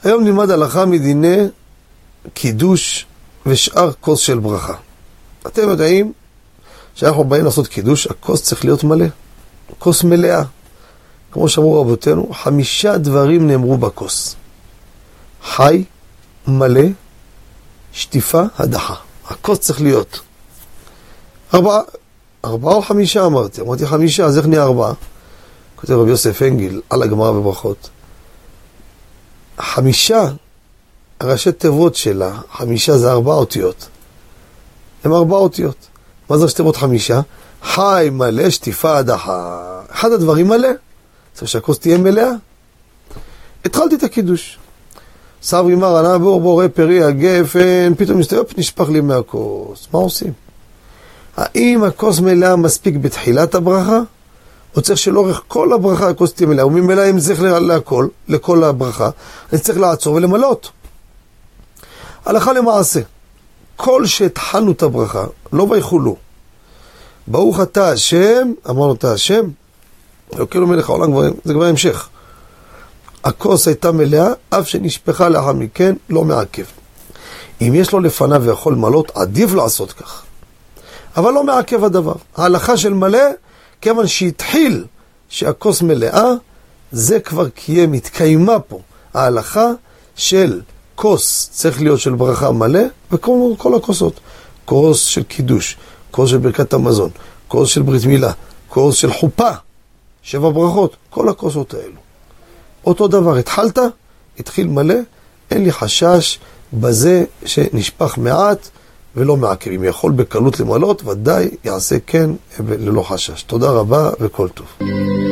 היום נלמד הלכה מדיני קידוש ושאר כוס של ברכה. אתם יודעים שאנחנו באים לעשות קידוש, הכוס צריך להיות מלא, כוס מלאה. כמו שאמרו רבותינו, 5 דברים נאמרו בכוס: חי, מלא, שטיפה, הדחה. הכוס צריך להיות 4 או 5 אמרתי 5, אז איך נהיה 4? כותב רבי יוסף אנגל על הגמרא בברכות, 5 הראשי תיבות שלה, 5 זה 4 אותיות, הם 4 אותיות. מה זה ראשי תיבות 5? חי, מלא, שטיפה, הדחה. אחד הדברים מלא, צריך שהכוס תהיה מלאה. התחלתי את הקידוש, סברי מרנה בור בורא פרי הגפן, פתאום נשפך לי מהכוס. מה עושים? האם הכוס מלאה מספיק בתחילת הברכה, או צריך שלאורך כל הברכה הכוס תהיה מלאה? וממלאה אם צריך להכל, לכל הברכה, אני צריך לעצור ולמלות. הלכה למעשה, כל שהתחלנו את הברכה, לא ביחולו, ברוך אתה השם, אמרנו אתה השם, אלוקינו מלך העולם, זה כבר המשך. הכוס הייתה מלאה, אף שנשפחה לאחר מכן, לא מעכב. אם יש לו לפניו ויכול מלות, עדיף לעשות כך. אבל לא מעכב הדבר. ההלכה של מלא, כיוון שהתחיל שהכוס מלאה, זה כבר קיים, התקיימה פה. ההלכה של כוס צריך להיות של ברכה מלא, וכל הכוסות. כוס של קידוש, כוס של ברכת המזון, כוס של ברית מילה, כוס של חופה, 7 ברכות, כל הכוסות האלו. אותו דבר, התחלת, התחיל מלא, אין לי חשש בזה שנשפך מעט ולא מעכב. אם יכול בקלות למלות, ודאי יעשה כן ללא חשש. תודה רבה וכל טוב.